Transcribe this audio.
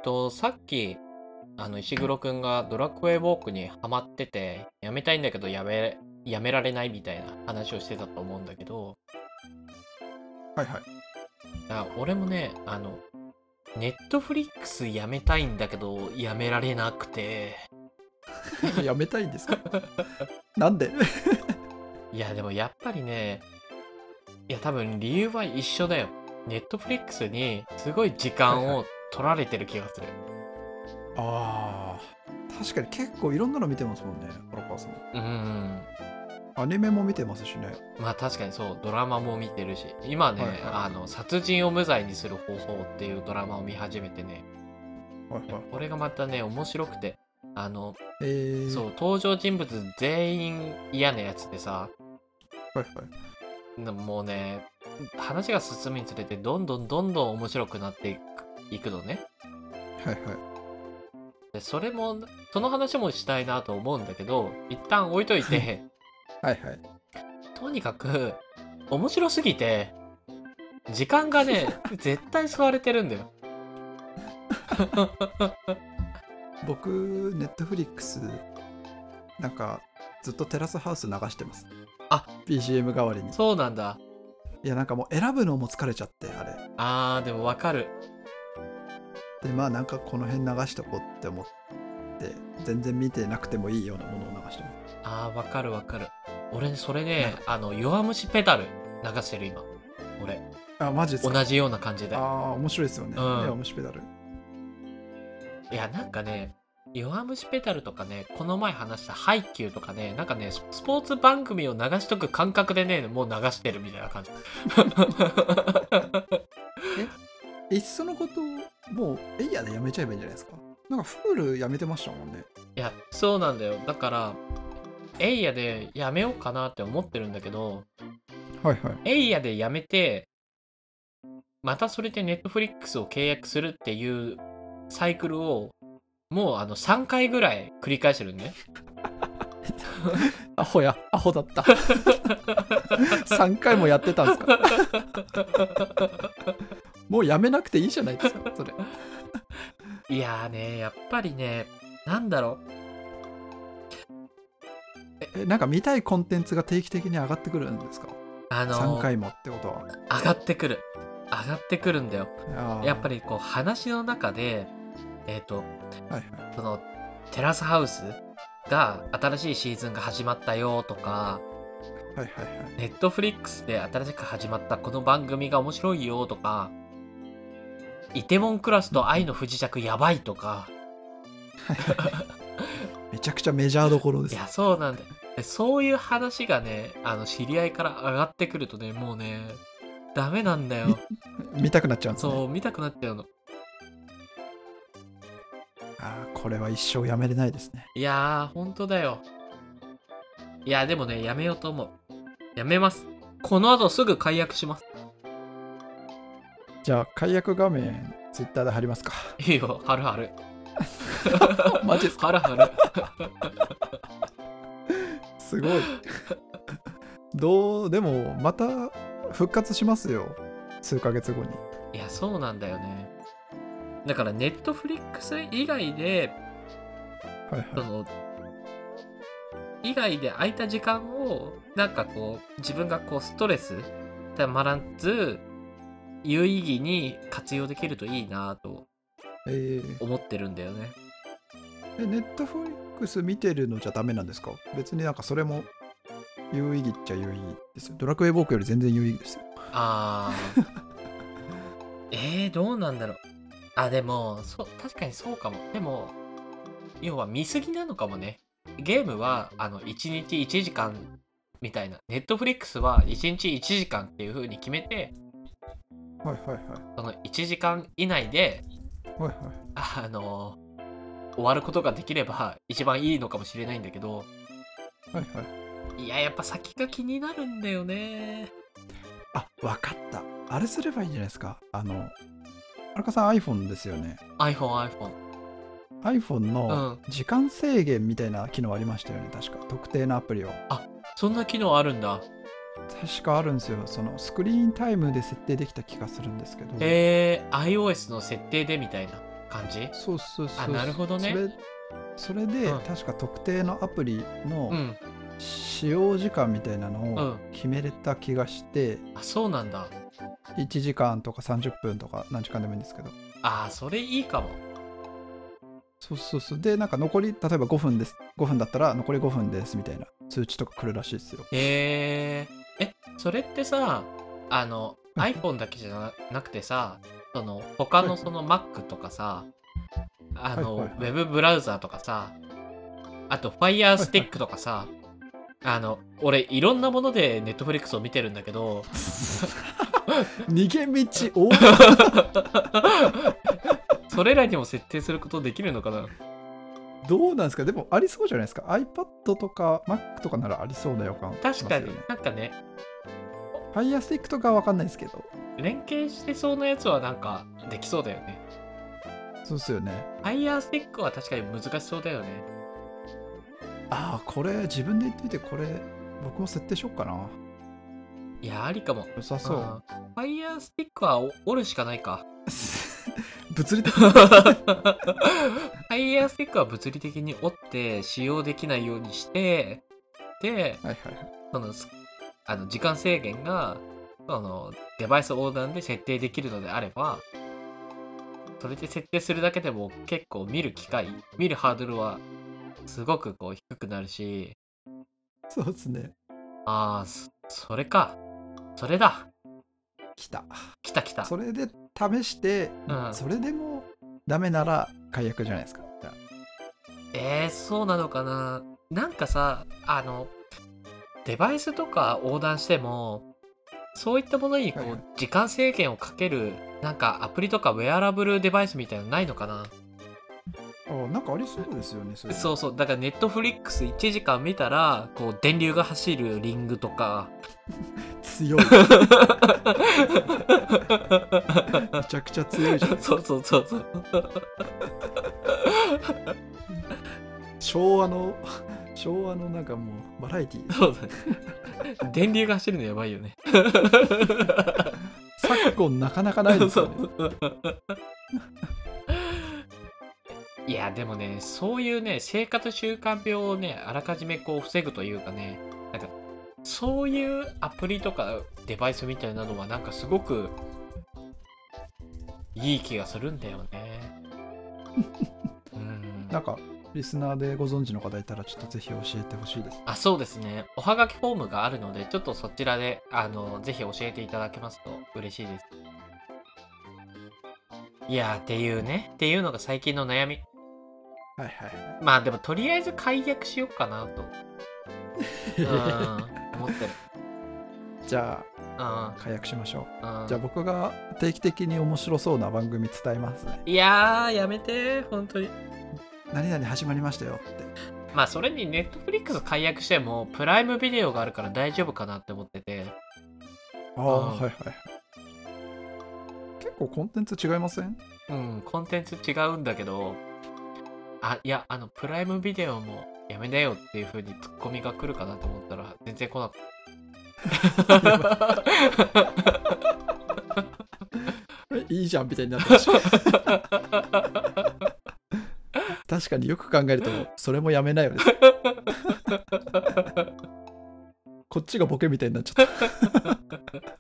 さっき、石黒くんがドラクエウォークにハマってて、やめたいんだけどやめられないみたいな話をしてたと思うんだけど、 はいはい。 俺もね、ネットフリックスやめたいんだけど、やめられなくて。 やめたいんですか？なんで？ いや、でもやっぱりね、いや、多分理由は一緒だよ。ネットフリックスにすごい時間を取られてる気がする。 ああ、確かに結構いろんなの見てますもんね、荒川さん。アニメも見てますしね。 まあ確かにそう、ドラマも見てるし、今ね、殺人を無罪にする方法っていうドラマを見始めてね、これがまたね、面白くて、そう、登場人物全員嫌なやつでさ、もうね、話が進むにつれてどんどん面白くなっていくのね。でその話もしたいなと思うんだけど、一旦置いといてとにかく面白すぎて時間がね絶対吸われてるんだよ。 僕ネットフリックスなんかずっとテラスハウス流してます。BGM 代わりに。 そうなんだ。 いやなんかもう選ぶのも疲れちゃって、あれ。 でもわかる。 でまあなんかこの辺流しとこうって思って全然見てなくてもいいようなものを流してます。 わかる。俺それね、弱虫ペダル流してる今俺。 マジですか？ 同じような感じで。 面白いですよね、弱虫ペダル。 いやなんかね、弱虫ペダルとかね、この前話したハイキューとかね、なんかね、スポーツ番組を流しとく感覚でね、もう流してるみたいな感じ。 いっそのこともうエイヤでやめちゃえばいいんじゃないですか？なんかフールやめてましたもんね。 いやそうなんだよ。だからエイヤでやめようかなって思ってるんだけど、エイヤでやめてまたそれでネットフリックスを契約するっていうサイクルをもう3回ぐらい繰り返してるね。 アホだった3回もやってたんですか？もうやめなくていいじゃないですかそれ。 いやね、やっぱりね、なんだろう、なんか見たいコンテンツが定期的に上がってくるんですか？3回もってことは上がってくるんだよ。やっぱりこう話の中でそのテラスハウスが新しいシーズンが始まったよとか、ネットフリックスで新しく始まったこの番組が面白いよとか、イテモンクラスと愛の不時着やばいとかめちゃくちゃメジャーどころです。 いやそうなんだよ。そういう話がね、知り合いから上がってくるとね、もうねダメなんだよ。 見たくなっちゃうんですね。 そう、見たくなっちゃうの。 これは一生やめれないですね。 いやーほんとだよ。いやでもね、やめようと思う。やめます。この後すぐ解約します。 じゃあ解約画面ツイッターで貼りますか？ いいよ、貼るマジですか？ 貼るすごいでもまた復活しますよ、数ヶ月後に。 いやそうなんだよね。だからネットフリックス以外で以外で空いた時間をなんかこう自分がこうストレスたまらず有意義に活用できるといいなと思ってるんだよね。 ネットフリックス見てるのじゃダメなんですか？別になんかそれも有意義っちゃ有意義ですよ。ドラクエウォークより全然有意義ですよ。 どうなんだろう。でも確かにそうかも。でも要は見過ぎなのかもね。ゲームは1日1時間みたいな、ネットフリックスは1日1時間っていう風に決めて、その1時間以内で終わることができれば一番いいのかもしれないんだけど、いややっぱ先が気になるんだよね。 わかった。あれすればいいんじゃないですか。荒川さん iPhone ですよね。iPhone の時間制限みたいな機能ありましたよね、確か。特定のアプリを。 そんな機能あるんだ。 確かあるんですよ。そのスクリーンタイムで設定できた気がするんですけど。 iOS の設定でみたいな感じ？ そうそうそう。 なるほどね。 それで、確か特定のアプリの使用時間みたいなのを決めれた気がして、 そうなんだ。 1時間とか30分とか何時間でもいいんですけど。 それいいかも。 そうそうそう。で、なんか残り、例えば5分です。5分だったら残り5分ですみたいな通知とか来るらしいですよ。 それってさ、iPhone だけじゃなくてさ、他のMac とかさ、ウェブブラウザーとかさ、あと Fire Stick とかさ、俺いろんなもので Netflix を見てるんだけど逃げ道それらにも設定することできるのかな。 どうなんですか。でもありそうじゃないですか。 iPad とか Mac とかならありそうな予感、ね、 確かになんかね、 Fire Stick とかは分かんないですけど、 連携してそうなやつはなんかできそうだよね。 そうですよね。 Fire Stick は確かに難しそうだよね。 これ自分で言っといて、これ僕も設定しよっかな。 いや、ありかも。 良さそう。 Fire Stick は折るしかないか物理的にFire Stick は物理的に折って使用できないようにして、で、時間制限がデバイス横断で設定できるのであれば、それで設定するだけでも結構見るハードルはすごく低くなるし。 そうですね。 それか。それだ。来た。 それで試して、それでもダメなら解約じゃないですか。 そうなのかな。なんかさ、デバイスとか横断しても、そういったものに時間制限をかけるなんかアプリとかウェアラブルデバイスみたいなのないのかな。 なんかありそうですよね。 そうそう。だからネットフリックス1時間見たら電流が走るリングとか強いめちゃくちゃ強いじゃん。 そう昭和のなんかもうバラエティー。 そうだね。電流が走るのやばいよね。 昨今なかなかないですよね。 いやでもね、そういうね、生活習慣病をね、あらかじめ防ぐというかね、なんかそういうアプリとかデバイスみたいなのはなんかすごくいい気がするんだよね。 なんかリスナーでご存知の方いたらちょっとぜひ教えてほしいです。 そうですね。おはがきフォームがあるので、ちょっとそちらでぜひ教えていただけますと嬉しいです。いやっていうのが最近の悩み。まあでもとりあえず解約しようかなと思ってる。 じゃあ解約しましょう。じゃあ僕が定期的に面白そうな番組伝えますね。 いややめて本当に。 何々始まりましたよって。 まあそれにネットフリックス解約してもプライムビデオがあるから大丈夫かなって思ってて。 はいはい。結構コンテンツ違いません？ コンテンツ違うんだけど、いやプライムビデオもやめなよっていう風にツッコミが来るかなと思ったら全然来なかった。 いいじゃんみたいになってました。確かによく考えるとそれもやめなよです。こっちがボケみたいになっちゃった。